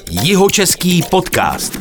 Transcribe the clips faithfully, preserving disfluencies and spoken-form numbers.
Jihočeský podcast.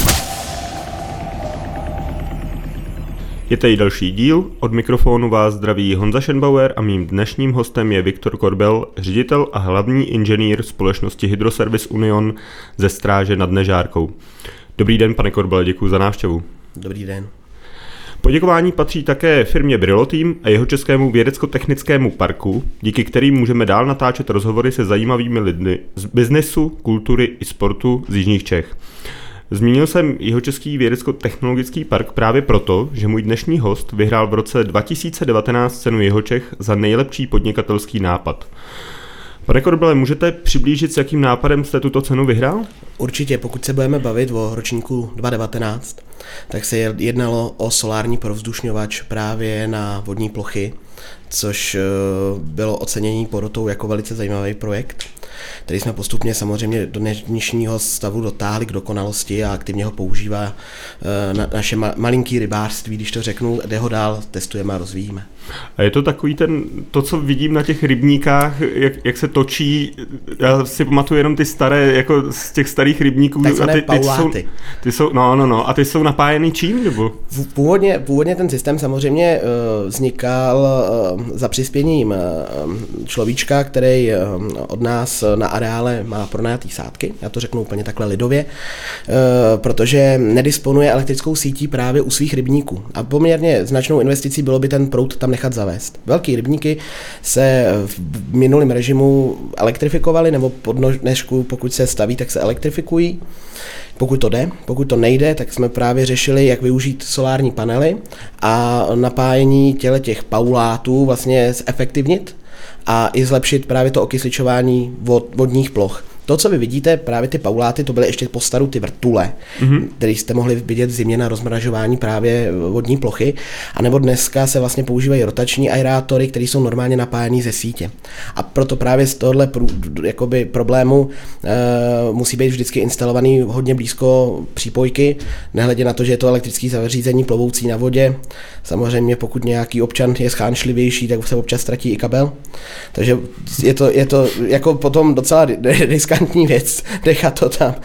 Je tady další díl, od mikrofonu vás zdraví Honza Schenbauer a mým dnešním hostem je Viktor Korbel, ředitel a hlavní inženýr společnosti Hydroservice Union ze Stráže nad Nežárkou. Dobrý den, pane Korbele, děkuji za návštěvu. Dobrý den. Poděkování patří také firmě Brillo Team a Jihočeskému vědecko-technickému parku, díky kterým můžeme dál natáčet rozhovory se zajímavými lidmi z biznesu, kultury i sportu z jižních Čech. Zmínil jsem Jihočeský vědecko-technologický park právě proto, že můj dnešní host vyhrál v roce dva tisíce devatenáct cenu Jihočech za nejlepší podnikatelský nápad. Pane Korbele, můžete přiblížit, s jakým nápadem jste tuto cenu vyhrál? Určitě, pokud se budeme bavit o ročníku dva tisíce devatenáct, tak se jednalo o solární provzdušňovač právě na vodní plochy, což bylo ocenění porotou jako velice zajímavý projekt, který jsme postupně samozřejmě do dnešního stavu dotáhli k dokonalosti a aktivně ho používá na naše malinký rybářství, když to řeknu, kde ho dál testujeme a rozvíjíme. A je to takový ten, to, co vidím na těch rybníkách, jak, jak se točí, já si pamatuju jenom ty staré, jako z těch starých rybníků. Takzvané ty, ty pauláty. Jsou, ty jsou, no, no, no, a ty jsou napájený čím, nebo? Původně, původně ten systém samozřejmě vznikal za přispěním človíčka, který od nás na areále má pronajatý sádky, já to řeknu úplně takhle lidově, protože nedisponuje elektrickou sítí právě u svých rybníků. A poměrně značnou investicí bylo by ten proud tam nechat zavést. Velký rybníky se v minulém režimu elektrifikovaly, nebo pod dnešku, pokud se staví, tak se elektrifikují. Pokud to jde, pokud to nejde, tak jsme právě řešili, jak využít solární panely a napájení těle těch paulátů vlastně zefektivnit a i zlepšit právě to okysličování vod, vodních ploch. To, co vy vidíte, právě ty pauláty, to byly ještě po staru ty vrtule, mm-hmm. které jste mohli vidět v zimě na rozmražování právě vodní plochy, anebo dneska se vlastně používají rotační aerátory, které jsou normálně napájené ze sítě. A proto právě z tohohle jakoby problému e, musí být vždycky instalovaný hodně blízko přípojky, nehledě na to, že je to elektrické zařízení plovoucí na vodě. Samozřejmě pokud nějaký občan je schánšlivější, tak se občas ztratí i kabel. Takže je to, je to jako potom docela riskantní věc, nechat to tam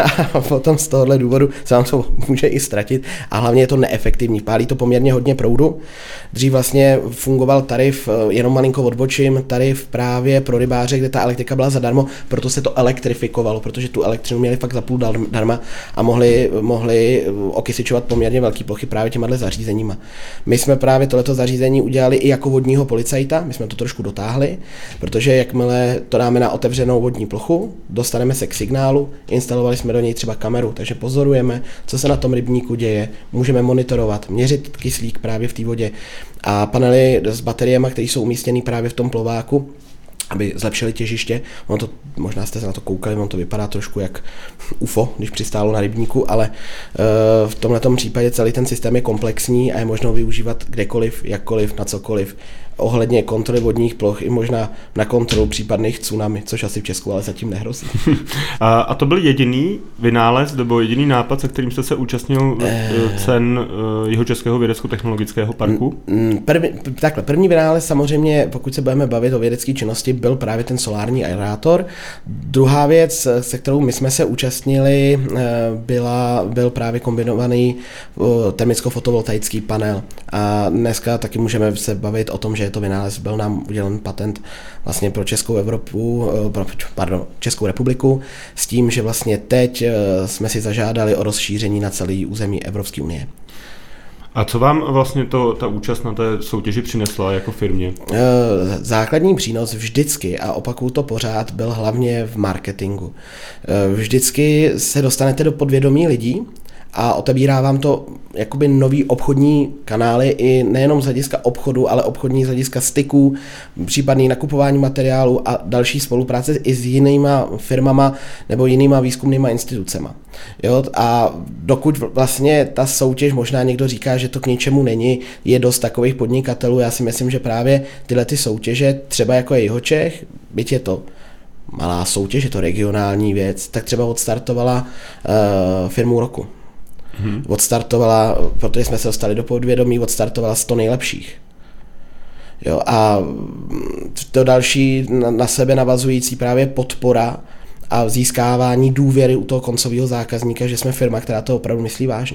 a potom z tohohle důvodu se vám to může i ztratit a hlavně je to neefektivní, pálí to poměrně hodně proudu. Dřív vlastně fungoval tarif, jenom malinko odbočím, tarif právě pro rybáře, kde ta elektrika byla zadarmo, proto se to elektrifikovalo, protože tu elektřinu měli fakt za půl darma a mohli, mohli okysličovat poměrně velké plochy právě těma zařízeníma. My jsme právě tohleto zařízení udělali i jako vodního policajta, my jsme to trošku dotáhli, protože jakmile to dáme na otevřenou vodní plochu, dostaneme se k signálu, instalovali jsme do něj třeba kameru, takže pozorujeme, co se na tom rybníku děje, můžeme monitorovat, měřit kyslík právě v té vodě a panely s bateriemi, které jsou umístěny právě v tom plováku, aby zlepšili těžiště. Ono to, možná jste se na to koukali, ono to vypadá trošku jak U F O, když přistálo na rybníku, ale e, v tomhletom případě celý ten systém je komplexní a je možno využívat kdekoliv, jakkoliv, na cokoliv. Ohledně kontroly vodních ploch i možná na kontrolu případných tsunami, což asi v Česku ale zatím nehrozí. A, a to byl jediný vynález nebo jediný nápad, se kterým jste se účastnil cen Jihočeského vědecko-technologického parku? První, takhle, první vynález samozřejmě, pokud se budeme bavit o vědecké činnosti, byl právě ten solární aerátor. Druhá věc, se kterou my jsme se účastnili, byla, byl právě kombinovaný termicko-fotovoltaický panel. A dneska taky můžeme se bavit o tom, že je to vynález, byl nám udělen patent vlastně pro Českou Evropu, pardon, Českou republiku, s tím, že vlastně teď jsme si zažádali o rozšíření na celý území Evropské unie. A co vám vlastně to, ta účast na té soutěži přinesla jako firmě? Základní přínos vždycky, a opakuju to pořád, byl hlavně v marketingu. Vždycky se dostanete do podvědomí lidí, a otevírá vám to jakoby nový obchodní kanály i nejenom z hlediska obchodu, ale obchodní z hlediska styků, případný nakupování materiálu a další spolupráce i s jinýma firmama nebo jinýma výzkumnýma institucema. Jo? A dokud vlastně ta soutěž, možná někdo říká, že to k ničemu není, je dost takových podnikatelů, já si myslím, že právě tyhle ty soutěže, třeba jako je Jihočech, byť je to malá soutěž, je to regionální věc, tak třeba odstartovala uh, firmu roku. Hmm. Odstartovala, protože jsme se dostali do podvědomí, odstartovala sto nejlepších. Jo, a to další na, na sebe navazující právě podpora a získávání důvěry u toho koncového zákazníka, že jsme firma, která to opravdu myslí vážně.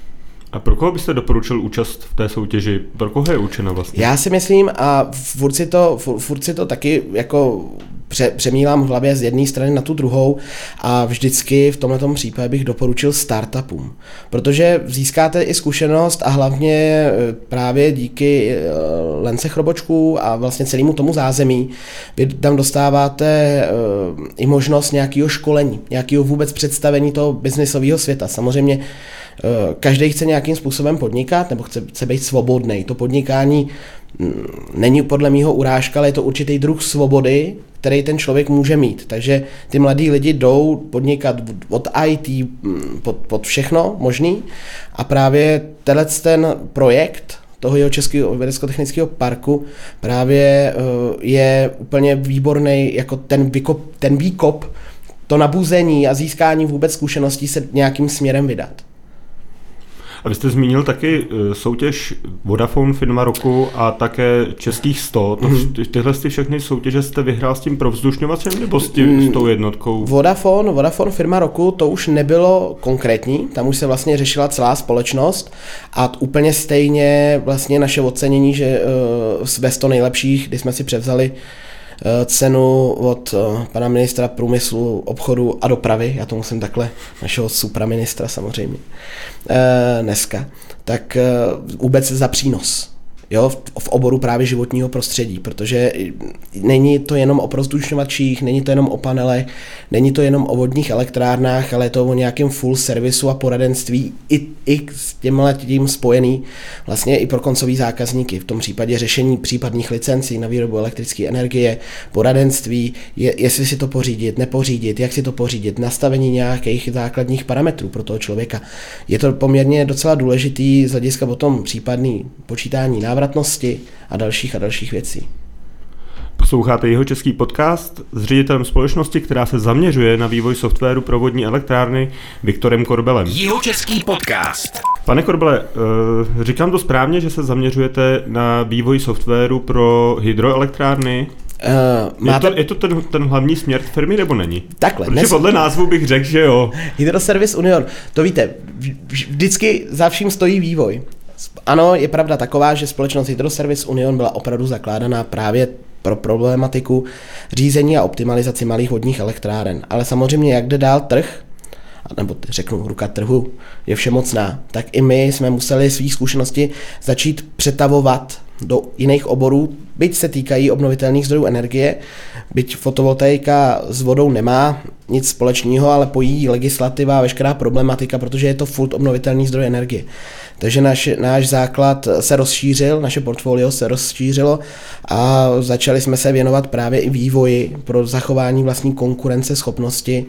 A pro koho byste doporučil účast v té soutěži? Pro koho je určena vlastně? Já si myslím, a furt si to, furt, furt si to taky jako pře, přemýlám v hlavě z jedné strany na tu druhou a vždycky v tomto případě bych doporučil startupům. Protože získáte i zkušenost a hlavně právě díky Lence Chrobočku a vlastně celému tomu zázemí vy tam dostáváte i možnost nějakého školení, nějakého vůbec představení toho biznisového světa. Samozřejmě každý chce nějakým způsobem podnikat nebo chce, chce být svobodný. To podnikání není podle mýho urážka, ale je to určitý druh svobody, který ten člověk může mít. Takže ty mladí lidi jdou podnikat od í té pod, pod všechno možný a právě tenhle ten projekt toho jeho českého vědecko-technického parku právě je úplně výborný jako ten výkop, ten výkop, to nabuzení a získání vůbec zkušeností se nějakým směrem vydat. A vy jste zmínil taky soutěž Vodafone Firma roku a také Českých sto. To, mm. Tyhle ty všechny soutěže jste vyhrál s tím provzdušňovacím nebo s, tím, s tou jednotkou? Vodafone, Vodafone Firma roku, to už nebylo konkrétní, tam už se vlastně řešila celá společnost a úplně stejně vlastně naše ocenění, že uh, ve sto nejlepších, kdy jsme si převzali cenu od pana ministra průmyslu, obchodu a dopravy, já to musím takhle, našeho supraministra samozřejmě, dneska, tak vůbec za přínos. Jo, v oboru právě životního prostředí, protože není to jenom o prozdušňovačích, není to jenom o panelech, není to jenom o vodních elektrárnách, ale je to o nějakém full servisu a poradenství i, i s těmhle tím spojený vlastně i pro koncový zákazníky. V tom případě řešení případných licencí na výrobu elektrické energie, poradenství, je, jestli si to pořídit, nepořídit, jak si to pořídit, nastavení nějakých základních parametrů pro toho člověka. Je to poměrně docela důležitý z hlediska potom případný počítání návratnosti a dalších a dalších věcí. Posloucháte jeho český podcast s ředitelem společnosti, která se zaměřuje na vývoj softwaru pro vodní elektrárny, Viktorem Korbelem. Jeho český podcast. Pane Korbele, říkám to správně, že se zaměřujete na vývoj softwaru pro hydroelektrárny? Uh, máte... Je to, je to ten, ten hlavní směr firmy, nebo není? Takhle. Protože dnes... podle názvu bych řekl, že jo. Hydroservice Union, to víte, vždycky za vším stojí vývoj. Ano, je pravda taková, že společnost Hydroservice Union byla opravdu zakládaná právě pro problematiku řízení a optimalizaci malých vodních elektráren. Ale samozřejmě, jak jde dál trh, nebo řeknu, ruka trhu je všemocná, tak i my jsme museli svých zkušenosti začít přetavovat do jiných oborů, byť se týkají obnovitelných zdrojů energie, byť fotovoltaika s vodou nemá nic společného, ale pojí legislativa a veškerá problematika, protože je to furt obnovitelný zdroj energie. Takže naš, náš základ se rozšířil, naše portfolio se rozšířilo a začali jsme se věnovat právě i vývoji pro zachování vlastní konkurenceschopnosti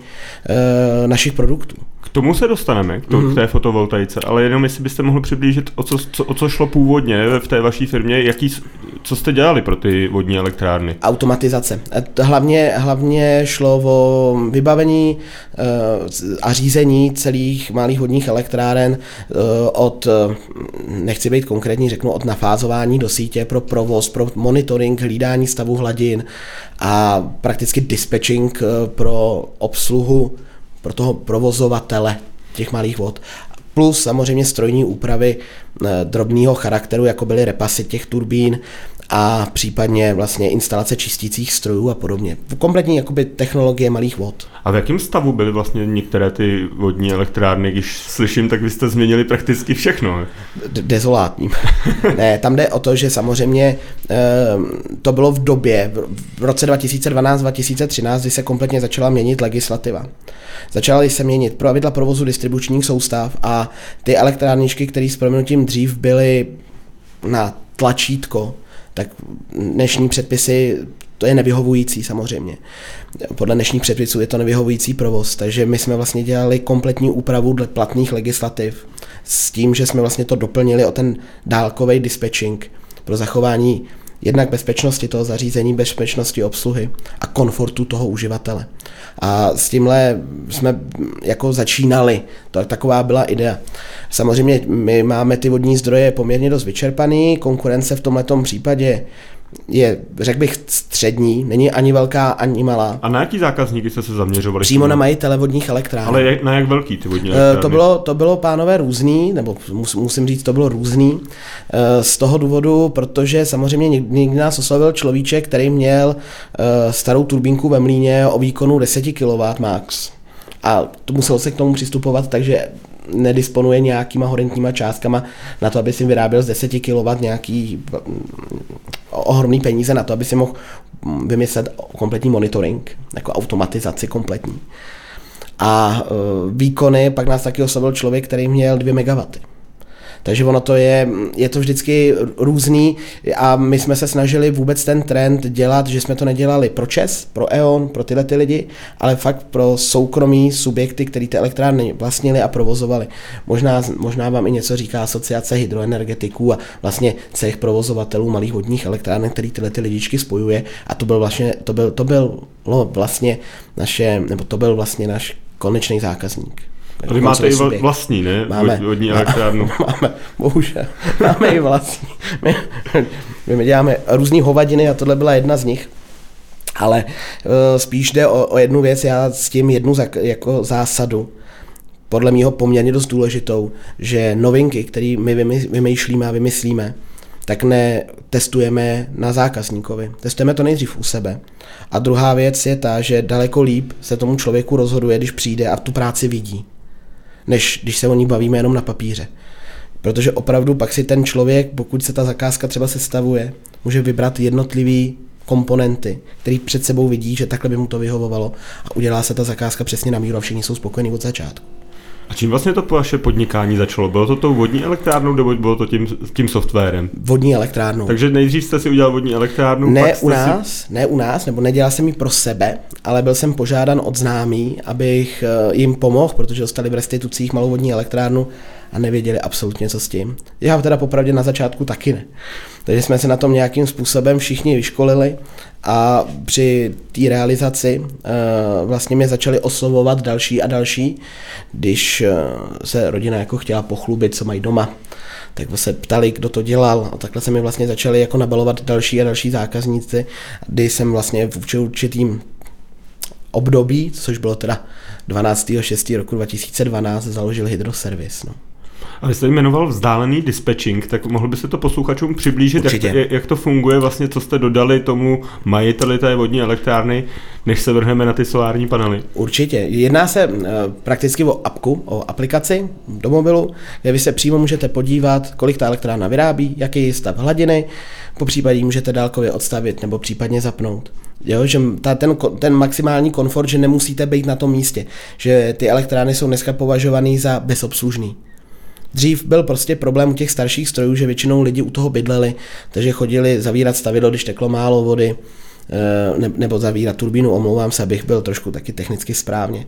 e, našich produktů. K tomu se dostaneme, k, to, mm-hmm. k té fotovoltaice, ale jenom jestli byste mohl přiblížit, o co, co, o co šlo původně v té vaší firmě, jaký, co jste dělali pro ty vodní elektrárny? Automatizace. Hlavně, hlavně šlo o vybavení uh, a řízení celých malých vodních elektráren uh, od, uh, nechci být konkrétní, řeknu, od nafázování do sítě pro provoz, pro monitoring, hlídání stavu hladin a prakticky dispatching uh, pro obsluhu pro toho provozovatele těch malých vod. Plus samozřejmě strojní úpravy e, drobného charakteru, jako byly repasy těch turbín a případně vlastně instalace čistících strojů a podobně. Kompletní jakoby technologie malých vod. A v jakém stavu byly vlastně některé ty vodní elektrárny? Když slyším, tak vy jste změnili prakticky všechno. D- dezolátním. Ne, tam jde o to, že samozřejmě e, to bylo v době, v roce dva tisíce dvanáct dva tisíce třináct, kdy se kompletně začala měnit legislativa. Začaly se měnit pravidla provozu distribučních soustav a ty elektrárničky, které s prominutím dřív byly na tlačítko, tak dnešní předpisy, to je nevyhovující samozřejmě. Podle dnešních předpisů je to nevyhovující provoz, takže my jsme vlastně dělali kompletní úpravu dle platných legislativ s tím, že jsme vlastně to doplnili o ten dálkový dispatching pro zachování jednak bezpečnosti toho zařízení, bezpečnosti obsluhy a komfortu toho uživatele. A s tímhle jsme jako začínali, to taková byla idea. Samozřejmě my máme ty vodní zdroje poměrně dost vyčerpaný, konkurence v tomhletom případě je, řekl bych, střední, není ani velká, ani malá. A na jaký zákazníky jste se zaměřovali? Přímo na majitele vodních elektráren. Ale jak, na jak velký ty vodní elektrárny? To bylo, to bylo, pánové, různý, nebo musím říct, to bylo různý. Z toho důvodu, protože samozřejmě někdy nás oslovil človíček, který měl starou turbínku ve mlýně o výkonu deset kilowattů max. A to muselo se k tomu přistupovat, takže nedisponuje nějakýma horentníma částkama na to, aby si vyráběl z deset kilowattů nějaký ohromný peníze na to, aby si mohl vymyslet kompletní monitoring, jako automatizaci kompletní. A výkony, pak nás taky oslovil člověk, který měl dvě megawaty. Takže ono to je, je to vždycky různý a my jsme se snažili vůbec ten trend dělat, že jsme to nedělali pro ČEZ, pro E O N, pro tyhle ty lidi, ale fakt pro soukromí subjekty, který ty elektrárny vlastnili a provozovali. Možná, možná vám i něco říká Asociace hydroenergetiků a vlastně celých provozovatelů malých vodních elektráren, který tyhle ty lidičky spojuje a to byl vlastně, to byl, to byl vlastně naše, nebo to byl vlastně náš konečný zákazník. A vy máte i vlastní, ne? Máme. Vodní elektrárnu. Máme, bohužel. Máme i vlastní. My, my děláme různý hovadiny a tohle byla jedna z nich. Ale uh, spíš jde o, o jednu věc, já s tím jednu za, jako zásadu, podle mýho poměrně dost důležitou, že novinky, které my vymýšlíme a vymyslíme, tak netestujeme na zákazníkovi. Testujeme to nejdřív u sebe. A druhá věc je ta, že daleko líp se tomu člověku rozhoduje, když přijde a tu práci vidí, než když se o ní bavíme jenom na papíře. Protože opravdu pak si ten člověk, pokud se ta zakázka třeba sestavuje, může vybrat jednotlivý komponenty, který před sebou vidí, že takhle by mu to vyhovovalo a udělá se ta zakázka přesně na míru a všichni jsou spokojení od začátku. A čím vlastně to vaše podnikání začalo? Bylo to tou vodní elektrárnou nebo bylo to tím, tím softwarem? Vodní elektrárnou. Takže nejdřív jste si udělal vodní elektrárnu? Ne pak u nás, si... ne u nás, nebo nedělal jsem ji pro sebe, ale byl jsem požádan od známý, abych jim pomohl, protože dostali v restitucích malou vodní elektrárnu a nevěděli absolutně co s tím. Já teda popravdě na začátku taky ne. Takže jsme se na tom nějakým způsobem všichni vyškolili a při té realizaci uh, vlastně mě začali oslovovat další a další, když uh, se rodina jako chtěla pochlubit, co mají doma. Tak se ptali, kdo to dělal a takhle se mi vlastně začali jako nabalovat další a další zákazníci, kdy jsem vlastně v určitým období, což bylo teda dvanáctého šestého roku dva tisíce dvanáct, založil Hydroservis. No. A vy jste jmenoval vzdálený dispatching, tak mohl by se to posluchačům přiblížit, jak, jak to funguje, vlastně, co jste dodali tomu majiteli té vodní elektrárny, než se vrhneme na ty solární panely? Určitě. Jedná se uh, prakticky o apku, o aplikaci do mobilu, kde vy se přímo můžete podívat, kolik ta elektrárna vyrábí, jaký je stav hladiny, po případě můžete dálkově odstavit nebo případně zapnout. Jo, že ta, ten, ten maximální komfort, že nemusíte být na tom místě, že ty elektrárny jsou dneska považované za bezobslužný. Dřív byl prostě problém u těch starších strojů, že většinou lidi u toho bydleli, takže chodili zavírat stavidlo, když teklo málo vody, nebo zavírat turbínu, omlouvám se, abych byl trošku taky technicky správně.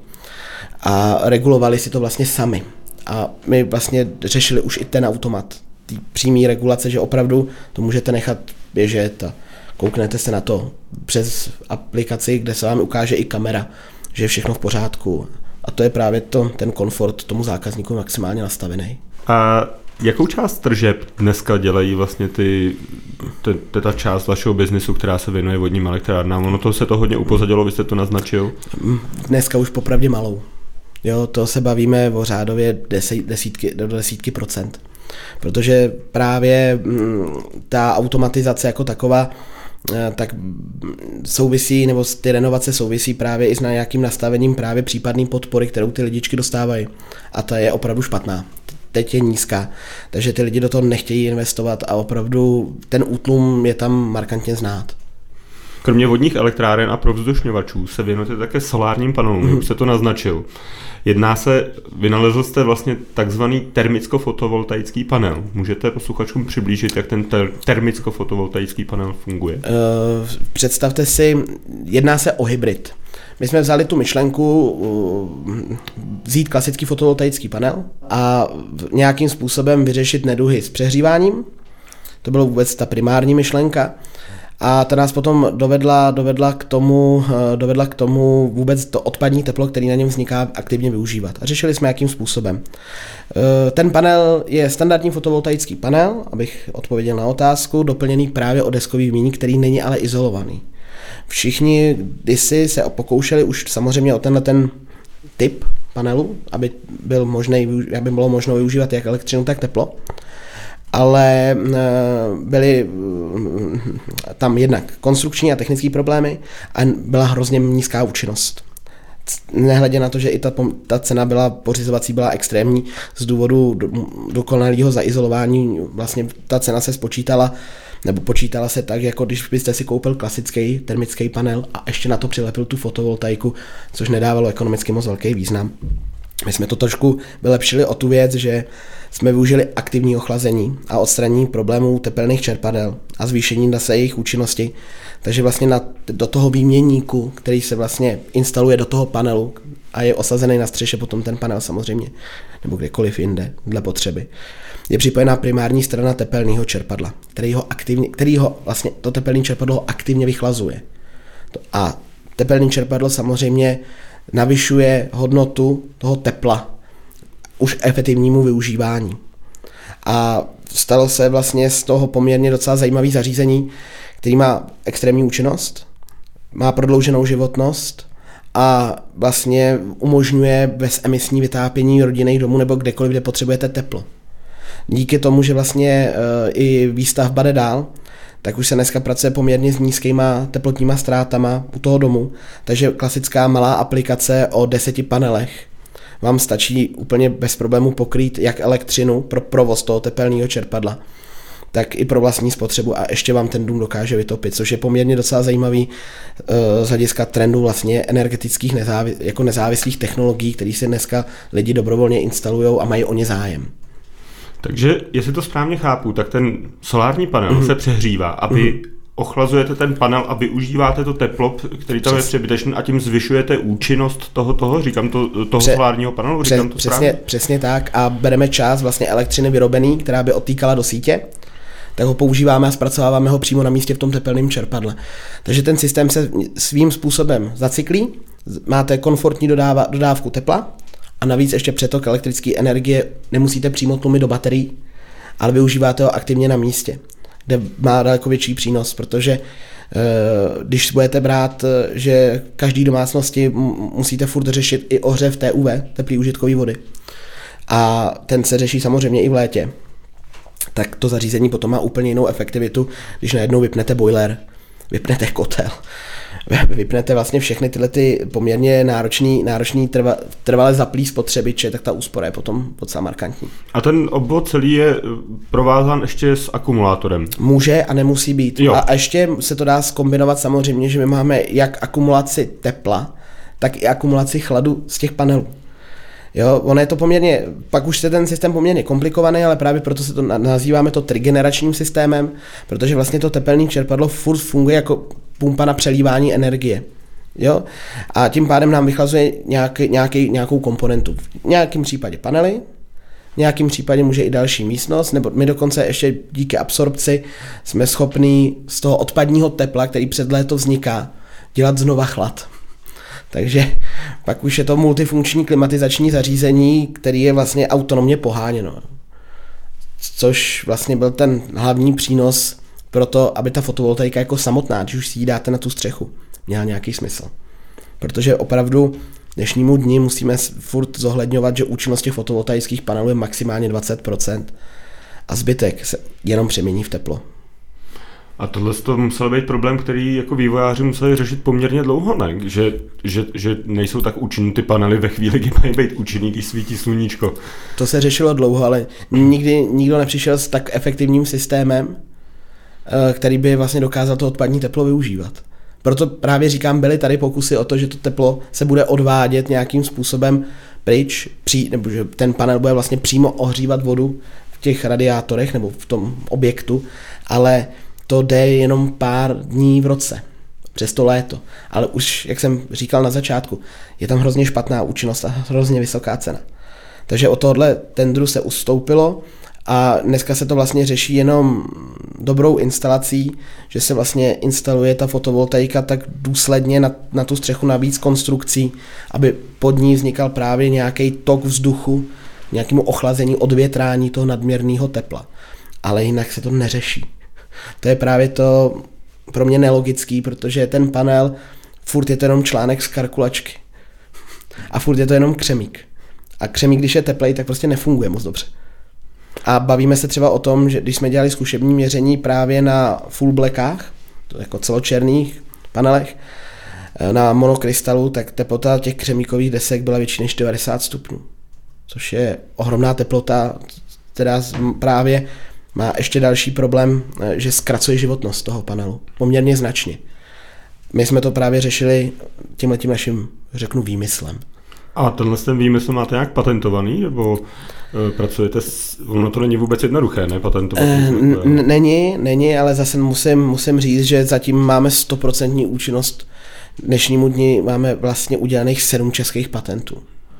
A regulovali si to vlastně sami. A my vlastně řešili už i ten automat, ty přímý regulace, že opravdu to můžete nechat běžet a kouknete se na to přes aplikaci, kde se vám ukáže i kamera, že je všechno v pořádku. A to je právě to, ten komfort tomu zákazníku maximálně nastavený. A jakou část tržeb dneska dělají vlastně ty, ty, ty ta část vašeho biznisu, která se věnuje vodním elektrárnám? Ono to se to hodně upozadilo, vy jste to naznačil? Dneska už popravdě malou. Jo, to se bavíme o řádově deset, desítky, do desítky procent. Protože právě m, ta automatizace jako taková tak souvisí, nebo ty renovace souvisí právě i s nějakým nastavením právě případný podpory, kterou ty lidičky dostávají. A ta je opravdu špatná. Teď je nízká. Takže ty lidi do toho nechtějí investovat a opravdu ten útlum je tam markantně znát. Kromě vodních elektráren a provzdušňovačů se věnujete také solárním panelům, mm. už se to naznačil. Jedná se, vynalezl jste vlastně takzvaný termicko-fotovoltaický panel. Můžete posluchačům přiblížit, jak ten ter- termicko-fotovoltaický panel funguje? Uh, představte si, jedná se o hybrid. My jsme vzali tu myšlenku uh, vzít klasický fotovoltaický panel a nějakým způsobem vyřešit neduhy s přehříváním. To byla vůbec ta primární myšlenka. A ta nás potom dovedla, dovedla, k tomu, dovedla k tomu vůbec to odpadní teplo, který na něm vzniká, aktivně využívat. A řešili jsme, jakým způsobem. Ten panel je standardní fotovoltaický panel, abych odpověděl na otázku, doplněný právě o deskový výměník, který není ale izolovaný. Všichni kdysi se pokoušeli už samozřejmě o tenhle ten typ panelu, aby, byl možný, aby bylo možno využívat jak elektřinu, tak teplo. Ale byly tam jednak konstrukční a technické problémy a byla hrozně nízká účinnost. Nehledě na to, že i ta, ta cena byla pořizovací byla extrémní z důvodu dokonalého zaizolování, vlastně ta cena se spočítala nebo počítala se tak, jako když byste si koupil klasický termický panel a ještě na to přilepil tu fotovoltaiku, což nedávalo ekonomicky moc velký význam. My jsme to trošku vylepšili o tu věc, že jsme využili aktivní ochlazení a odstranění problémů tepelných čerpadel a zvýšení zase jejich účinnosti. Takže vlastně na, do toho výměníku, který se vlastně instaluje do toho panelu a je osazený na střeše potom ten panel samozřejmě, nebo kdekoliv jinde, dle potřeby, je připojená primární strana tepelného čerpadla, který ho aktivně, který ho vlastně to tepelné čerpadlo ho aktivně vychlazuje. A tepelné čerpadlo samozřejmě navyšuje hodnotu toho tepla už efektivnímu využívání. A stalo se vlastně z toho poměrně docela zajímavý zařízení, který má extrémní účinnost, má prodlouženou životnost a vlastně umožňuje bezemisní vytápění rodinných domů nebo kdekoliv, kde potřebujete teplo. Díky tomu, že vlastně e, i výstavba jde dál, tak už se dneska pracuje poměrně s nízkýma teplotníma ztrátama u toho domu, takže klasická malá aplikace o deseti panelech vám stačí úplně bez problému pokrýt jak elektřinu pro provoz toho tepelného čerpadla, tak i pro vlastní spotřebu a ještě vám ten dům dokáže vytopit, což je poměrně docela zajímavý z hlediska trendu vlastně energetických nezávis- jako nezávislých technologií, které si dneska lidi dobrovolně instalujou a mají o ně zájem. Takže, jestli to správně chápu, tak ten solární panel mm-hmm. se přehřívá a vy mm-hmm. ochlazujete ten panel a využíváte to teplo, který tam Přes... je přebytečný a tím zvyšujete účinnost toho, toho říkám to, toho Pře... solárního panelu, říkám Pře... to správně? Přesně, přesně tak a bereme část vlastně elektřiny vyrobený, která by odtýkala do sítě, tak ho používáme a zpracováváme ho přímo na místě v tom tepelném čerpadle. Takže ten systém se svým způsobem zacyklí, máte komfortní dodáva, dodávku tepla, a navíc ještě přetok elektrické energie nemusíte přímo tlumit do baterií, ale využíváte ho aktivně na místě, kde má daleko větší přínos, protože když budete brát, že každý domácnosti musíte furt řešit i ohřev T U V, teplý užitkové vody, a ten se řeší samozřejmě i v létě, tak to zařízení potom má úplně jinou efektivitu, když najednou vypnete boiler, vypnete kotel, vypnete vlastně všechny tyhle ty poměrně náročný, náročný trva, trvale zaplý spotřebiče, tak ta úspora je potom docela markantní. A ten obvod celý je provázán ještě s akumulátorem? Může a nemusí být. Jo. A ještě se to dá zkombinovat samozřejmě, že my máme jak akumulaci tepla, tak i akumulaci chladu z těch panelů. Jo, ono je to poměrně, pak už je ten systém poměrně komplikovaný, ale právě proto se to nazýváme to trigeneračním systémem, protože vlastně to tepelné čerpadlo furt funguje jako pumpa na přelívání energie. Jo? A tím pádem nám vychlazuje nějaký, nějaký, nějakou komponentu. V nějakém případě panely, v nějakém případě může i další místnost, nebo my dokonce ještě díky absorpci jsme schopní z toho odpadního tepla, který před léto vzniká, dělat znova chlad. Takže pak už je to multifunkční klimatizační zařízení, který je vlastně autonomně poháněno. Což vlastně byl ten hlavní přínos pro to, aby ta fotovoltaika jako samotná, když už si ji dáte na tu střechu, měla nějaký smysl. Protože opravdu dnešnímu dni musíme furt zohledňovat, že účinnost těch fotovoltaických panelů je maximálně dvacet procent a zbytek se jenom přemění v teplo. A tohle to musel být problém, který jako vývojáři museli řešit poměrně dlouho, ne? Že, že, že nejsou tak účinný ty panely ve chvíli, kdy mají být účinný, když svítí sluníčko. To se řešilo dlouho, ale nikdy nikdo nepřišel s tak efektivním systémem, který by vlastně dokázal to odpadní teplo využívat. Proto právě říkám, byly tady pokusy o to, že to teplo se bude odvádět nějakým způsobem pryč, pří, nebo že ten panel bude vlastně přímo ohřívat vodu v těch radiátorech nebo v tom objektu, ale to jde jenom pár dní v roce, přes to léto. Ale už, jak jsem říkal na začátku, je tam hrozně špatná účinnost a hrozně vysoká cena. Takže od tohohle tendru se ustoupilo A dneska se to vlastně řeší jenom dobrou instalací, že se vlastně instaluje ta fotovoltaika tak důsledně na, na tu střechu navíc konstrukcí, aby pod ní vznikal právě nějaký tok vzduchu, nějakému ochlazení, odvětrání toho nadměrného tepla. Ale jinak se to neřeší. To je právě to pro mě nelogický, protože ten panel, furt je to jenom článek z kalkulačky. A furt je to jenom křemík. A křemík, když je teplej, tak prostě nefunguje moc dobře. A bavíme se třeba o tom, že když jsme dělali zkušební měření právě na full blackách, to jako celočerných panelech, na monokrystalu, tak teplota těch křemíkových desek byla větší než devadesát stupňů. Což je ohromná teplota, která právě má ještě další problém, že zkracuje životnost toho panelu. Poměrně značně. My jsme to právě řešili tímhletím naším, řeknu, výmyslem. A tenhle ten výmysl máte nějak patentovaný, nebo e, pracujete s... Ono to není vůbec jednoduché, ne? Patentovat? E, není, není, ale zase musím, musím říct, že zatím máme sto procent účinnost. Dnešnímu dni máme vlastně udělaných sedm českých patentů.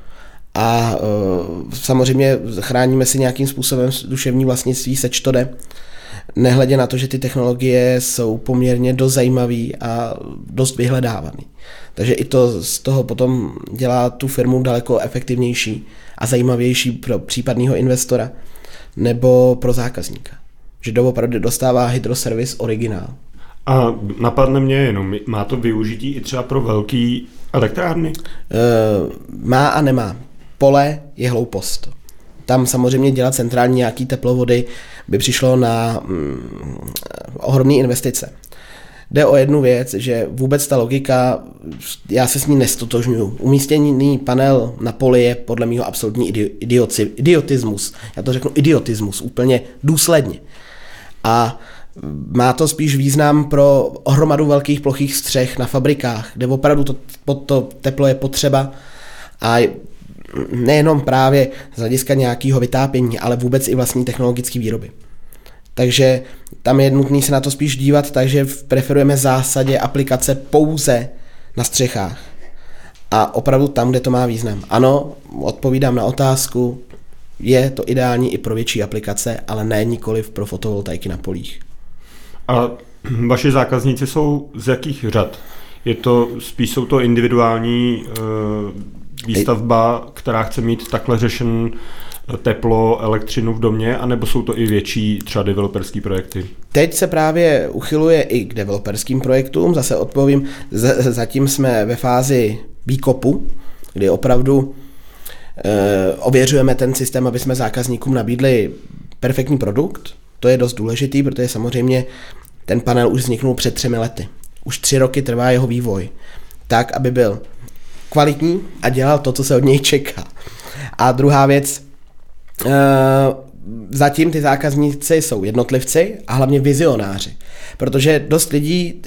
A e, samozřejmě chráníme si nějakým způsobem duševní vlastnictví, seč to jde. Nehledě na to, že ty technologie jsou poměrně dost zajímavý a dost vyhledávaný. Takže i to z toho potom dělá tu firmu daleko efektivnější a zajímavější pro případného investora nebo pro zákazníka. Že doopravdy dostává Hydroservice originál. A napadne mě jenom, má to využití i třeba pro velký elektrárny? E, má a nemá. Pole je hloupost. Tam samozřejmě dělat centrální nějaký teplovody by přišlo na mm, ohromné investice. Jde o jednu věc, že vůbec ta logika, já se s ní nestotožňuju. Umístěný panel na poli je podle mého absolutní idioci, idiotismus. Já to řeknu idiotismus, úplně důsledně. A má to spíš význam pro hromadu velkých plochých střech na fabrikách, kde opravdu to, to teplo je potřeba a nejenom právě z hlediska nějakého vytápění, ale vůbec i vlastní technologické výroby. Takže tam je nutné se na to spíš dívat, takže preferujeme v zásadě aplikace pouze na střechách. A opravdu tam, kde to má význam. Ano, odpovídám na otázku, je to ideální i pro větší aplikace, ale ne nikoliv pro fotovoltaiky na polích. A vaši zákazníci jsou z jakých řad? Je to, spíš jsou to individuální e, výstavba, která chce mít takhle řešen teplo, elektřinu v domě, anebo jsou to i větší třeba developerský projekty? Teď se právě uchyluje i k developerským projektům, zase odpovím, z, zatím jsme ve fázi výkopu, kdy opravdu e, ověřujeme ten systém, aby jsme zákazníkům nabídli perfektní produkt. To je dost důležitý, protože samozřejmě ten panel už vzniknul před třemi lety. Už tři roky trvá jeho vývoj. Tak, aby byl kvalitní a dělal to, co se od něj čeká. A druhá věc, e, zatím ty zákazníci jsou jednotlivci a hlavně vizionáři. Protože dost lidí,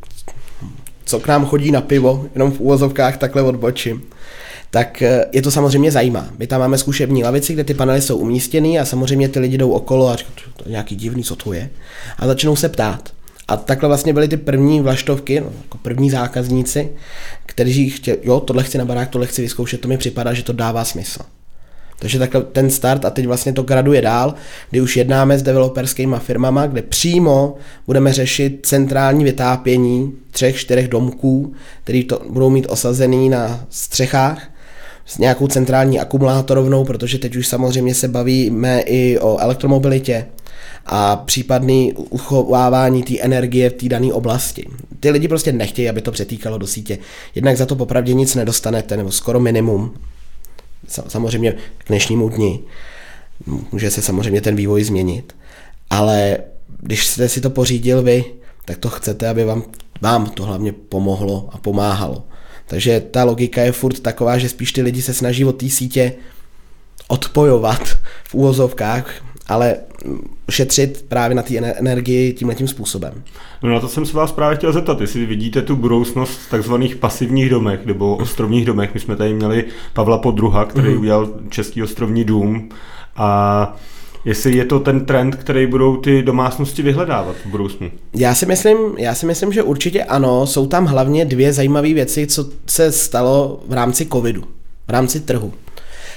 co k nám chodí na pivo, jenom v úvozovkách takhle odbočím, tak je to samozřejmě zajímá. My tam máme zkušební lavici, kde ty panely jsou umístěný a samozřejmě ty lidi jdou okolo a říkají, to je nějaký divný, co to je. A začnou se ptát. A takhle vlastně byly ty první vlaštovky, no, jako první zákazníci, kteří chtěli, jo, tohle chci na barák, tohle chci vyzkoušet, to mi připadá, že to dává smysl. Takže takhle ten start a teď vlastně to graduje dál, kdy už jednáme s developerskýma firmama, kde přímo budeme řešit centrální vytápění třech, čtyřech domků, který to budou mít osazený na střechách s nějakou centrální akumulátorovnou, protože teď už samozřejmě se bavíme i o elektromobilitě a případný uchovávání té energie v té dané oblasti. Ty lidi prostě nechtějí, aby to přetýkalo do sítě. Jednak za to popravdě nic nedostanete, nebo skoro minimum. Samozřejmě k dnešnímu dni. Může se samozřejmě ten vývoj změnit. Ale když jste si to pořídil vy, tak to chcete, aby vám, vám to hlavně pomohlo a pomáhalo. Takže ta logika je furt taková, že spíš ty lidi se snaží od té sítě odpojovat v úvozovkách, ale šetřit právě na té energii tímhletím způsobem. No na to jsem se vás právě chtěl zeptat, jestli vidíte tu budoucnost v takzvaných pasivních domech nebo ostrovních domech. My jsme tady měli Pavla Podruha, který mm-hmm. udělal Český ostrovní dům, a jestli je to ten trend, který budou ty domácnosti vyhledávat v budoucnu. Já si myslím, já si myslím, že určitě ano, jsou tam hlavně dvě zajímavé věci, co se stalo v rámci covidu, v rámci trhu.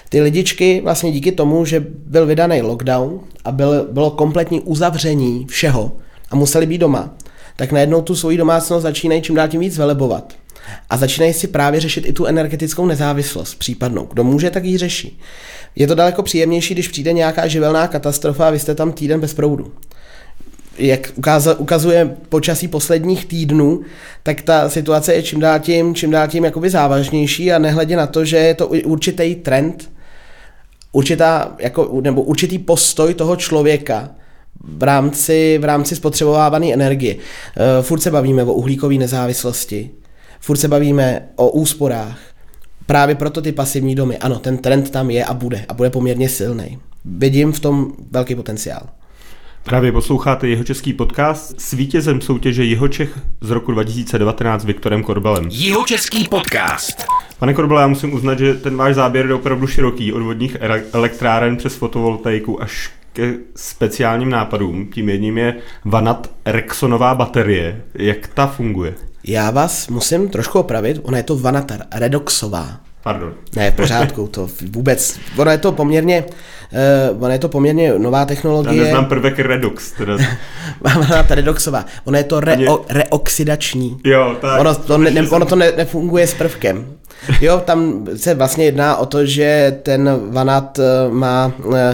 Ty lidičky vlastně díky tomu, že byl vydaný lockdown a byl, bylo kompletní uzavření všeho a museli být doma, tak najednou tu svoji domácnost začínají čím dál tím víc velebovat. A začínají si právě řešit i tu energetickou nezávislost případnou. Kdo může, tak ji řeší. Je to daleko příjemnější, když přijde nějaká živelná katastrofa a vy jste tam týden bez proudu. Jak ukazuje počasí posledních týdnů, tak ta situace je čím dál tím, čím dál tím jakoby závažnější a nehledě na to, že je to určitý trend, určitá, jako, nebo určitý postoj toho člověka v rámci, v rámci spotřebovávané energie. E, furt se bavíme o uhlíkové nezávislosti, furt se bavíme o úsporách. Právě proto ty pasivní domy, ano, ten trend tam je a bude a bude poměrně silný. Vidím v tom velký potenciál. Právě posloucháte Jihočeský podcast s vítězem soutěže Jihočech z roku dva tisíce devatenáct Viktorem Korbelem. Jihočeský podcast. Pane Korbele, já musím uznat, že ten váš záběr je opravdu široký, od vodních elektráren přes fotovoltaiku až ke speciálním nápadům. Tím jedním je Vanat Rexonová baterie. Jak ta funguje? Já vás musím trošku opravit, ona je to Vanat Redoxová. Pardon. Ne, v pořádku, to vůbec, ono je to poměrně, uh, ono je to poměrně nová technologie. Já neznám prvek Redox, teda. Vanat Redoxová, ono je to re, o, reoxidační. Jo, tak. Ono to, ne, ne, ono to ne, nefunguje s prvkem. Jo, tam se vlastně jedná o to, že ten vanat má uh, uh,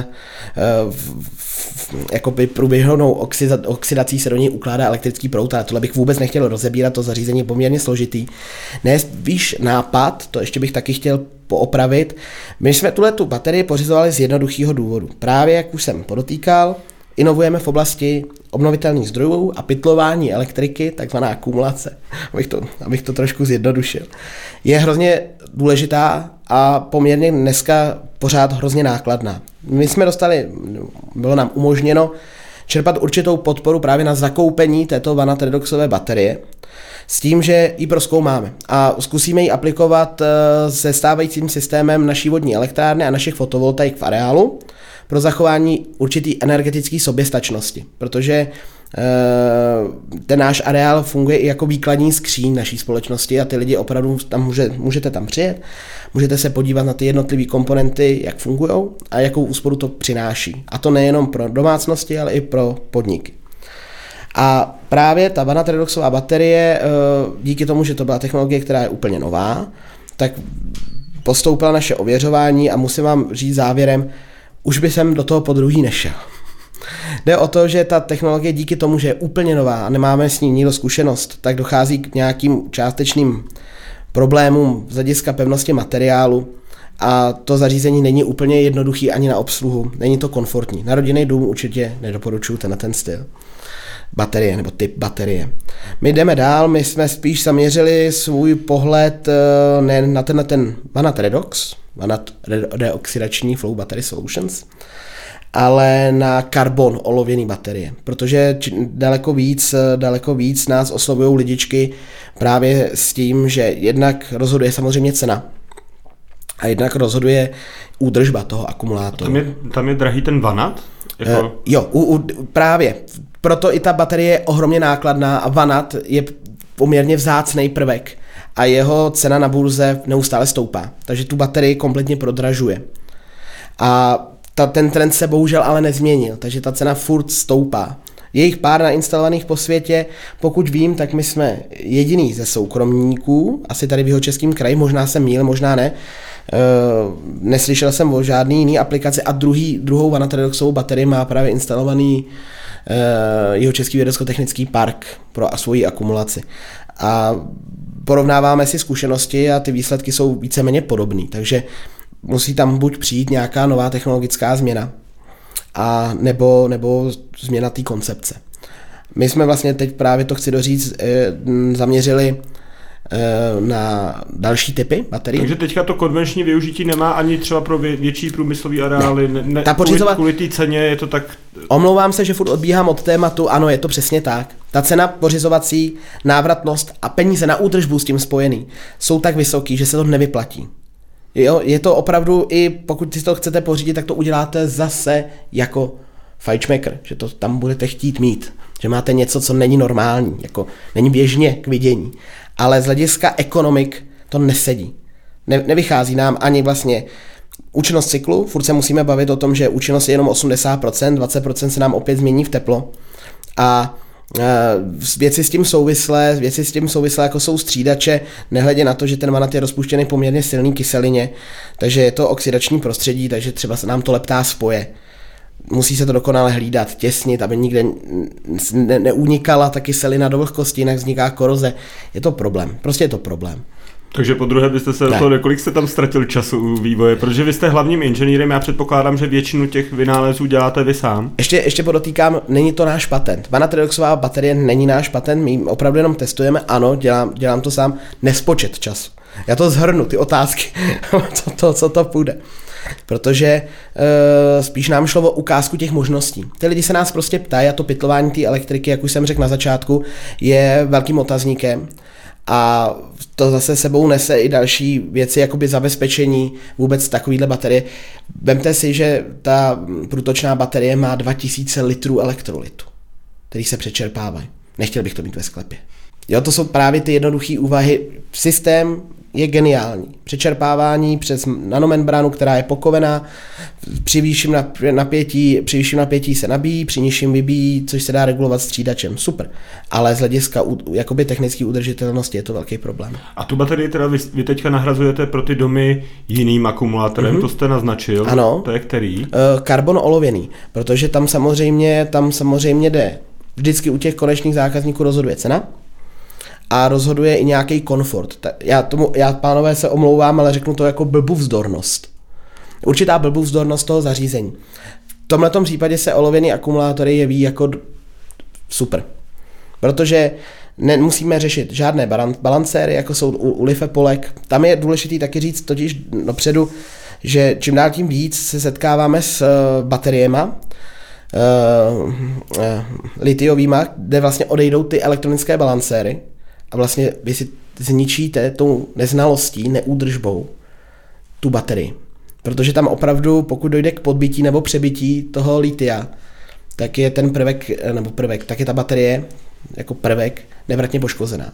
jakoby průběžnou oxida, oxidací se do něj ukládá elektrický proud, ale tohle bych vůbec nechtěl rozebírat, to zařízení je poměrně složitý. Ne, víš, nápad, to ještě bych taky chtěl poopravit. My jsme tuhle tu baterii pořizovali z jednoduchého důvodu. Právě, jak už jsem podotýkal, inovujeme v oblasti obnovitelných zdrojů a pytlování elektriky, takzvaná akumulace, abych to, abych to trošku zjednodušil. Je hrozně důležitá a poměrně dneska pořád hrozně nákladná. My jsme dostali, bylo nám umožněno čerpat určitou podporu právě na zakoupení této Vanat Redoxové baterie, s tím, že ji prozkoumáme a zkusíme ji aplikovat se stávajícím systémem naší vodní elektrárny a našich fotovoltaik v areálu pro zachování určitý energetické soběstačnosti, protože ten náš areál funguje i jako výkladní skříň naší společnosti a ty lidi opravdu tam může, můžete tam přijet, můžete se podívat na ty jednotlivé komponenty, jak fungují a jakou úsporu to přináší. A to nejenom pro domácnosti, ale i pro podniky. A právě ta Vanat Redoxová baterie, díky tomu, že to byla technologie, která je úplně nová, tak postoupila naše ověřování a musím vám říct závěrem, už by jsem do toho podruhý nešel. Jde o to, že ta technologie díky tomu, že je úplně nová a nemáme s ní nikdo zkušenost, tak dochází k nějakým částečným problémům z hlediska pevnosti materiálu a to zařízení není úplně jednoduchý ani na obsluhu, není to komfortní. Na rodinný dům určitě nedoporučuju ten na ten styl baterie nebo typ baterie. My jdeme dál, my jsme spíš zaměřili svůj pohled ne na ten, na ten Vanat Redox, Vanat Reoxidační Flow Battery Solutions, ale na karbon olověný baterie, protože daleko víc, daleko víc nás oslovují lidičky právě s tím, že jednak rozhoduje samozřejmě cena a jednak rozhoduje údržba toho akumulátoru. Tam je, tam je drahý ten vanat? Jako... Uh, jo, u, u, právě. Proto i ta baterie je ohromně nákladná a vanat je poměrně vzácný prvek a jeho cena na burze neustále stoupá, takže tu baterii kompletně prodražuje. A ta, ten trend se bohužel ale nezměnil, takže ta cena furt stoupá. Je jich pár nainstalovaných po světě, pokud vím, tak my jsme jediný ze soukromníků, asi tady v Jihočeském kraji, možná jsem mýl, možná ne, Uh, neslyšel jsem o žádný jiný aplikaci a druhý, druhou Vanat Redoxovou baterii má právě instalovaný uh, Jihočeský vědecko-technický park pro svoji akumulaci. A porovnáváme si zkušenosti a ty výsledky jsou víceméně podobné, takže musí tam buď přijít nějaká nová technologická změna, a nebo, nebo změna té koncepce. My jsme vlastně teď právě to chci doříct, eh, zaměřili na další typy baterií. Takže teďka to konvenční využití nemá ani třeba pro vě- větší průmyslový areály, ne. Ne, Ta pořizova... kvůli, kvůli té ceně je to tak... Omlouvám se, že furt odbíhám od tématu, ano, je to přesně tak. Ta cena pořizovací, návratnost a peníze na údržbu s tím spojený jsou tak vysoký, že se to nevyplatí. Jo, je to opravdu, i pokud si to chcete pořídit, tak to uděláte zase jako fajčmekr, že to tam budete chtít mít, že máte něco, co není normální, jako není běžně k vidění. Ale z hlediska ekonomik to nesedí. Ne, nevychází nám ani vlastně Účinnost cyklu, furt se musíme bavit o tom, že účinnost je jenom osmdesát procent, dvacet procent se nám opět změní v teplo. A věci s tím souvislé, věci s tím souvislé, jako jsou střídače, nehledě na to, že ten vanad je rozpuštěný poměrně silný kyselině, takže je to oxidační prostředí, takže třeba se nám to leptá spoje. Musí se to dokonale hlídat, těsnit, aby nikde ne- neunikala ta kyselina do vlhkosti, jinak vzniká koroze. Je to problém, prostě je to problém. Takže po druhé byste se do toho, kolik jste tam ztratil času u vývoje, protože vy jste hlavním inženýrem, já předpokládám, že většinu těch vynálezů děláte vy sám. Ještě, ještě podotýkám, není to náš patent. Vanatrioxová baterie není náš patent, my opravdu jenom testujeme, ano, dělám, dělám to sám, nespočet času. Já to zhrnu, ty otázky, co, to, co to půjde. Protože e, spíš nám šlo o ukázku těch možností. Ty lidi se nás prostě ptají a to pytlování té elektriky, jak už jsem řekl na začátku, je velkým otazníkem. A to zase sebou nese i další věci, jakoby zabezpečení vůbec takovýhle baterie. Vemte si, že ta průtočná baterie má dva tisíce litrů elektrolytu, který se přečerpávají. Nechtěl bych to mít ve sklepě. Jo, to jsou právě ty jednoduché úvahy. Systém je geniální. Přečerpávání přes nanomembránu, která je pokovená, při vyšším napětí, při vyšším napětí se nabíjí, při nižším vybíjí, což se dá regulovat střídačem. Super. Ale z hlediska jakoby technické udržitelnosti je to velký problém. A tu baterii teda vy, vy teďka nahrazujete pro ty domy jiným akumulátorem, mm-hmm. to jste naznačil. Ano. To je který? Karbon olověný, protože tam samozřejmě, tam samozřejmě jde. Vždycky u těch konečných zákazníků rozhoduje cena. A rozhoduje i nějaký komfort. Já, tomu, já, pánové, se omlouvám, ale řeknu to jako blbůvzdornost. Určitá blbůvzdornost toho zařízení. V tomhletom případě se olověný akumulátory jeví jako super. Protože nemusíme řešit žádné balancéry, jako jsou u, u Lifepolek. Tam je důležitý taky říct totiž dopředu, že čím dál tím víc se setkáváme s uh, bateriema, uh, uh, litiovýma, kde vlastně odejdou ty elektronické balancéry. A vlastně vy si zničíte tou neznalostí, neúdržbou tu baterii. Protože tam opravdu, pokud dojde k podbití nebo přebytí toho litia, tak je ten prvek, nebo prvek, tak je ta baterie jako prvek nevratně poškozená.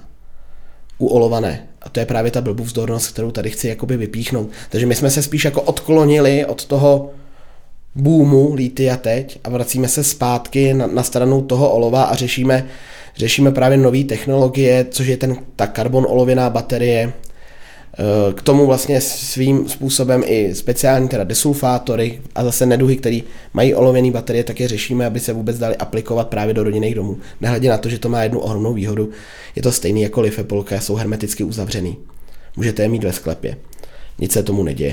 U olova ne. A to je právě ta blbůvzdornost, kterou tady chci jakoby vypíchnout. Takže my jsme se spíš jako odklonili od toho boomu litia teď a vracíme se zpátky na, na stranu toho olova a řešíme Řešíme právě nové technologie, což je ten, ta karbon olověná baterie. K tomu vlastně svým způsobem i speciální teda desulfátory a zase neduhy, které mají olověné baterie, tak je řešíme, aby se vůbec dali aplikovat právě do rodinných domů. Nehledě na to, že to má jednu ohromnou výhodu, je to stejný jako Lifepolka, jsou hermeticky uzavřený. Můžete je mít ve sklepě. Nic se tomu neděje.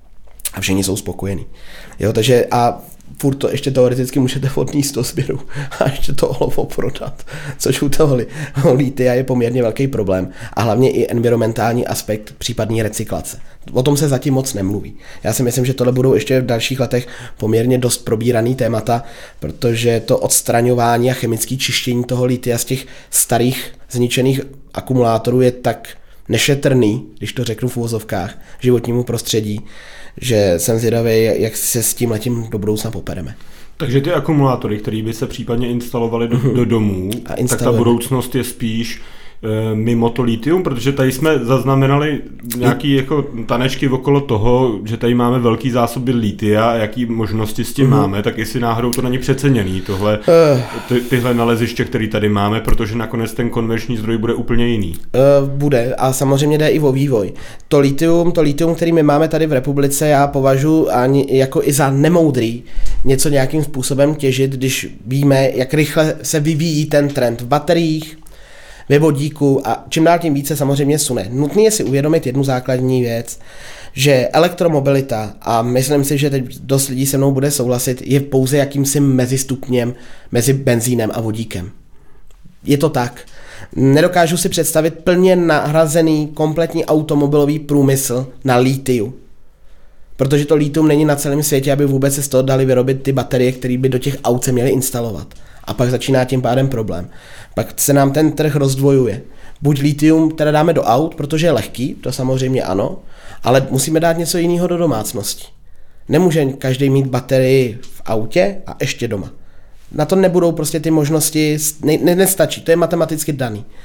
A všichni jsou spokojení. Jo, takže a furt to ještě teoreticky můžete odníst do sběru a ještě to olovo prodat, což u toho litia je poměrně velký problém. A hlavně i environmentální aspekt případné recyklace. O tom se zatím moc nemluví. Já si myslím, že tohle budou ještě v dalších letech poměrně dost probíraný témata, protože to odstraňování a chemické čištění toho litia z těch starých zničených akumulátorů je tak nešetrný, když to řeknu v uvozovkách, životnímu prostředí, že jsem zvědavý, jak se s tím letím do budoucna popereme. Takže ty akumulátory, které by se případně instalovaly do, do domů, tak ta budoucnost je spíš e, mimo to litium, protože tady jsme zaznamenali nějaký jako tanečky okolo toho, že tady máme velký zásoby litia a jaký možnosti s tím uh-huh. máme, tak jestli náhodou to není přeceněný, tohle, uh. ty, tyhle naleziště, které tady máme, protože nakonec ten konvenční zdroj bude úplně jiný. Uh, bude a samozřejmě jde i o vývoj. To litium, to litium, který my máme tady v republice, já považuji ani jako i za nemoudrý něco nějakým způsobem těžit, když víme, jak rychle se vyvíjí ten trend v bateriích, ve vodíku a čím dál tím více samozřejmě sune. Nutné je si uvědomit jednu základní věc, že elektromobilita, a myslím si, že teď dost lidí se mnou bude souhlasit, je pouze jakýmsi mezistupněm mezi benzínem a vodíkem. Je to tak. Nedokážu si představit plně nahrazený kompletní automobilový průmysl na litiu. Protože to litium není na celém světě, aby vůbec se z toho dali vyrobit ty baterie, které by do těch aut se měly instalovat. A pak začíná tím pádem problém. Pak se nám ten trh rozdvojuje. Buď litium teda dáme do aut, protože je lehký, to samozřejmě ano, ale musíme dát něco jiného do domácnosti. Nemůže každý mít baterii v autě a ještě doma. Na to nebudou prostě ty možnosti, ne, ne, nestačí, to je matematicky daný.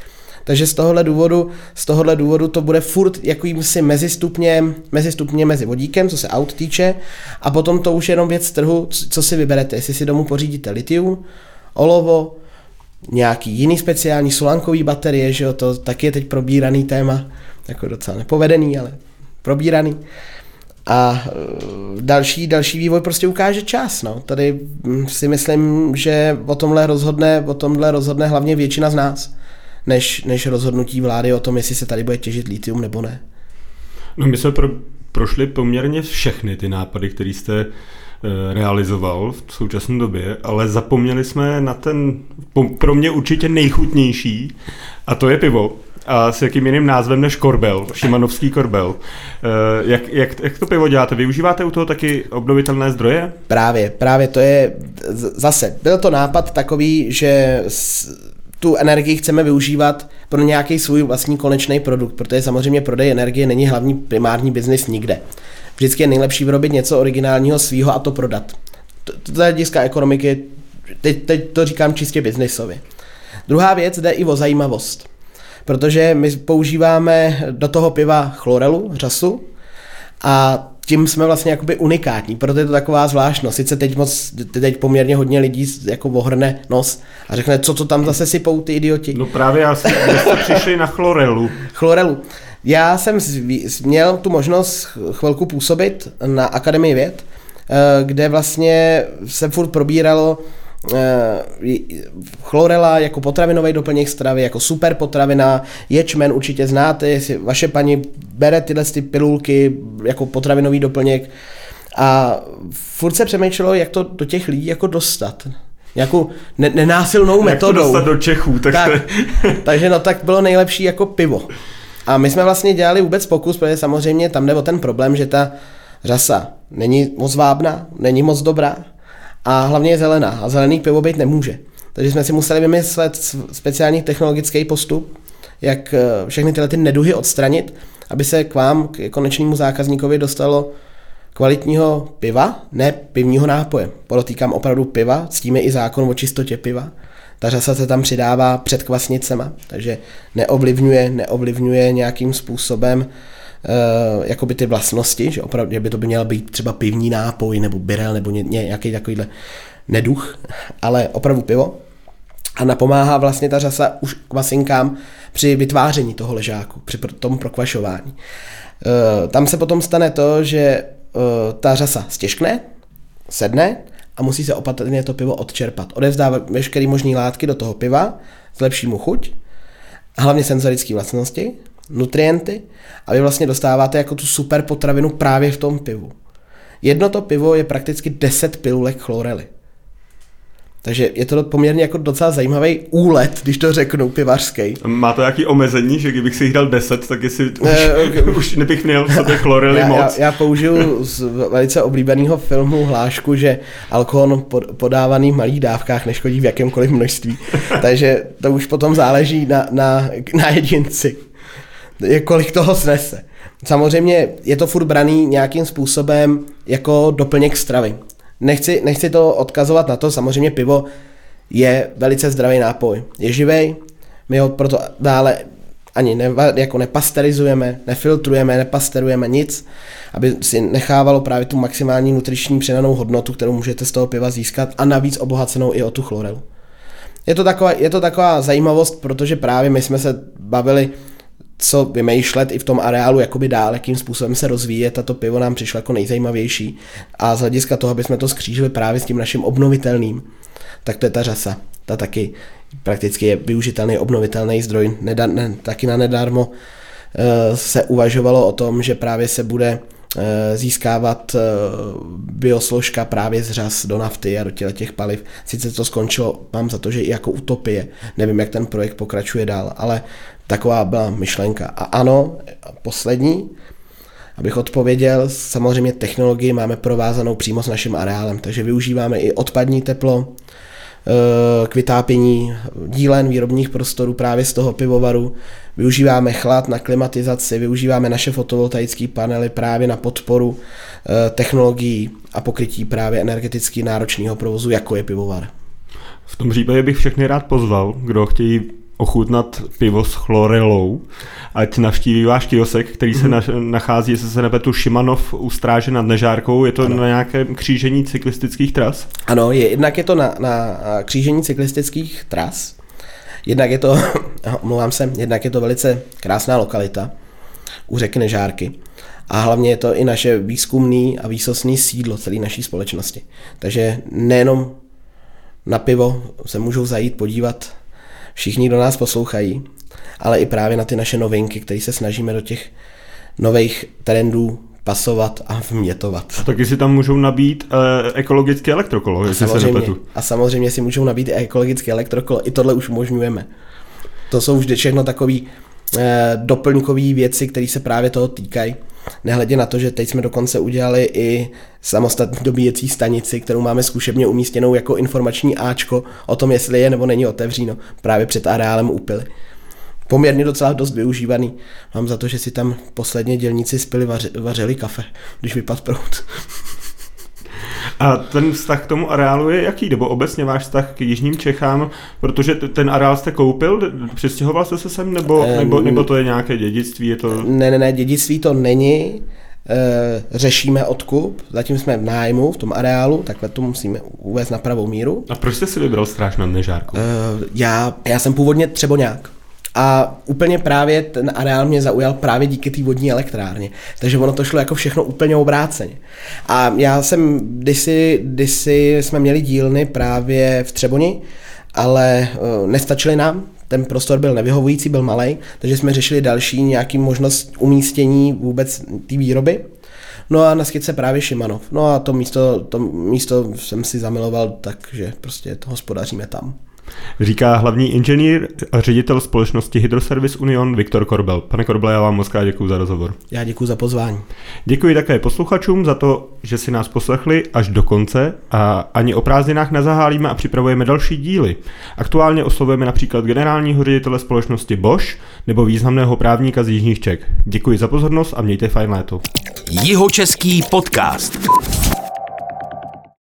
Takže z tohohle důvodu, z tohohle důvodu to bude furt jakýmsi mezistupněm, mezistupně mezi vodíkem, co se aut týče, a potom to už je jenom věc trhu, co si vyberete, jestli si domů pořídíte litium, olovo, nějaký jiný speciální solankový baterie, že jo, to taky je teď probíraný téma, jako docela nepovedený, ale probíraný. A další, další vývoj prostě ukáže čas. No. Tady si myslím, že o tomhle rozhodne, o tomhle rozhodne hlavně většina z nás, než, než rozhodnutí vlády o tom, jestli se tady bude těžit litium nebo ne. No my jsme pro, prošli poměrně všechny ty nápady, které jste e, realizoval v současné době, ale zapomněli jsme na ten po, pro mě určitě nejchutnější, a to je pivo. A s jakým jiným názvem než korbel, šimanovský korbel. E, jak, jak, jak to pivo děláte? Využíváte u toho taky obnovitelné zdroje? Právě, právě to je zase, byl to nápad takový, že s, tu energii chceme využívat pro nějaký svůj vlastní konečný produkt, protože samozřejmě prodej energie není hlavní primární biznis nikde. Vždycky je nejlepší vyrobit něco originálního svýho a to prodat. To, to z hlediska ekonomiky, teď, teď to říkám čistě biznisově. Druhá věc jde i o zajímavost. Protože my používáme do toho piva chlorelu, řasu, a tím jsme vlastně jakoby unikátní, proto je to taková zvláštnost. Sice teď moc, teď poměrně hodně lidí jako ohrne nos a řekne, co to tam zase sypou ty idioti. No právě já jsem, jste přišli na chlorelu. Chlorelu. Já jsem měl tu možnost chvilku působit na Akademii věd, kde vlastně se furt probíralo chlorela jako potravinový doplněk stravy, jako super potravina, ječmen určitě znáte, jestli vaše paní bere tyhle ty pilulky jako potravinový doplněk, a furt se přemýšlelo, jak to do těch lidí jako dostat. Nějakou ne- nenásilnou jak metodou. Jak to dostat do Čechů. Tak tak, to... takže no tak bylo nejlepší jako pivo. A my jsme vlastně dělali vůbec pokus, protože samozřejmě tam jde o ten problém, že ta řasa není moc vábná, není moc dobrá, a hlavně je zelená. A zelený pivo být nemůže. Takže jsme si museli vymyslet speciální technologický postup, jak všechny tyhle ty neduhy odstranit, aby se k vám, k konečnému zákazníkovi, dostalo kvalitního piva, ne pivního nápoje. Podotýkám opravdu piva, s tím je i zákon o čistotě piva. Ta řasa se tam přidává před kvasnicema, takže neovlivňuje, neovlivňuje nějakým způsobem Uh, jakoby ty vlastnosti, že opravdu že by to by měla být třeba pivní nápoj nebo birel nebo ně, nějaký takovýhle neduch, ale opravdu pivo, a napomáhá vlastně ta řasa už kvasinkám při vytváření toho ležáku, při tom prokvašování. Uh, tam se potom stane to, že uh, ta řasa stěžkne, sedne a musí se opatrně to pivo odčerpat. Odevzdá veškeré možné látky do toho piva, zlepší mu chuť, hlavně senzorické vlastnosti, nutrienty, a vy vlastně dostáváte jako tu super potravinu právě v tom pivu. Jedno to pivo je prakticky deset pilulek chlorely. Takže je to poměrně jako docela zajímavý úlet, když to řeknu, pivařský. Má to nějaký omezení, že kdybych si jich dal deset, tak jestli už, už nebych měl v sobě chlorely já, moc. Já, já použiju z velice oblíbeného filmu hlášku, že alkohol podávaný v malých dávkách neškodí v jakémkoliv množství. Takže to už potom záleží na, na, na jedinci, kolik toho snese. Samozřejmě je to furt braný nějakým způsobem jako doplněk stravy. Nechci, nechci to odkazovat na to, samozřejmě pivo je velice zdravý nápoj. Je živej, my ho proto dále ani ne, jako nepasterizujeme, nefiltrujeme, nepasterujeme nic, aby si nechávalo právě tu maximální nutriční přidanou hodnotu, kterou můžete z toho piva získat, a navíc obohacenou i o tu chlorelu. Je to taková, je to taková zajímavost, protože právě my jsme se bavili, co vymýšlet i v tom areálu jakoby dál, jakým způsobem se rozvíjet, a to pivo nám přišlo jako nejzajímavější, a z hlediska toho, aby jsme to skřížili právě s tím naším obnovitelným, tak to je ta řasa. Ta taky prakticky je využitelný obnovitelný zdroj. Neda, ne, taky na nedarmo e, se uvažovalo o tom, že právě se bude e, získávat e, biosložka právě z řas do nafty a do těch paliv. Sice to skončilo, mám za to, že i jako utopie. Nevím, jak ten projekt pokračuje dál, ale taková byla myšlenka. A ano, poslední, abych odpověděl, samozřejmě technologii máme provázanou přímo s naším areálem, takže využíváme i odpadní teplo k vytápění dílen, výrobních prostorů právě z toho pivovaru, využíváme chlad na klimatizaci, využíváme naše fotovoltaické panely právě na podporu technologií a pokrytí právě energeticky náročného provozu, jako je pivovar. V tom případě bych všechny rád pozval, kdo chtějí ochutnat pivo s chlorelou, ať navštíví váš kiosek, který se mm. nachází, jestli se nepletu, Šimanov u Stráže nad Nežárkou. Je to ano. na nějakém křížení cyklistických tras? Ano, je, jednak je to na, na křížení cyklistických tras, jednak je to, omlouvám se, jednak je to velice krásná lokalita u řeky Nežárky. A hlavně je to i naše výzkumný a výsostný sídlo celé naší společnosti. Takže nejenom na pivo se můžou zajít podívat všichni, kdo nás poslouchají, ale i právě na ty naše novinky, které se snažíme do těch nových trendů pasovat a vmětovat. A taky si tam můžou nabít e, ekologické elektrokolo, jestli se nepletu. A samozřejmě si můžou nabít i ekologické elektrokolo, i tohle už umožňujeme. To jsou vždy všechno takové e, doplňkové věci, které se právě toho týkají. Nehledě na to, že teď jsme dokonce udělali i samostatnou dobíjecí stanici, kterou máme zkušebně umístěnou jako informační áčko o tom, jestli je nebo není otevříno, právě před areálem Úpily. Poměrně docela dost využívaný. Mám za to, že si tam posledně dělníci spili vaři, vařili kafe, když vypadl proud. A ten vztah k tomu areálu je jaký? Nebo obecně váš vztah k jižním Čechám? Protože ten areál jste koupil, přestěhoval jste se sem, nebo, nebo, nebo to je nějaké dědictví? Je to... Ne, ne, ne, dědictví to není. E, řešíme odkup, zatím jsme v nájmu v tom areálu, takhle to musíme uvést na pravou míru. A proč jste si vybral Stráž nad Nežárkou? E, já, já jsem původně Třeboňák. A úplně právě ten areál mě zaujal právě díky té vodní elektrárně. Takže ono to šlo jako všechno úplně obráceně. A já jsem, kdysi, kdysi jsme měli dílny právě v Třeboni, ale uh, nestačily nám, ten prostor byl nevyhovující, byl malej, takže jsme řešili další nějaký možnost umístění vůbec té výroby. No a naskyt se právě Šimanov. No a to místo, to místo jsem si zamiloval, takže prostě to hospodaříme tam. Říká hlavní inženýr a ředitel společnosti Hydroservice Union Viktor Korbel. Pane Korbele, já vám moc krát děkuji za rozhovor. Já děkuji za pozvání. Děkuji také posluchačům za to, že si nás poslechli až do konce a ani o prázdninách nezahálíme a připravujeme další díly. Aktuálně oslovujeme například generálního ředitele společnosti Bosch nebo významného právníka z jižních Čech. Děkuji za pozornost a mějte fajn léto. Jihočeský podcast.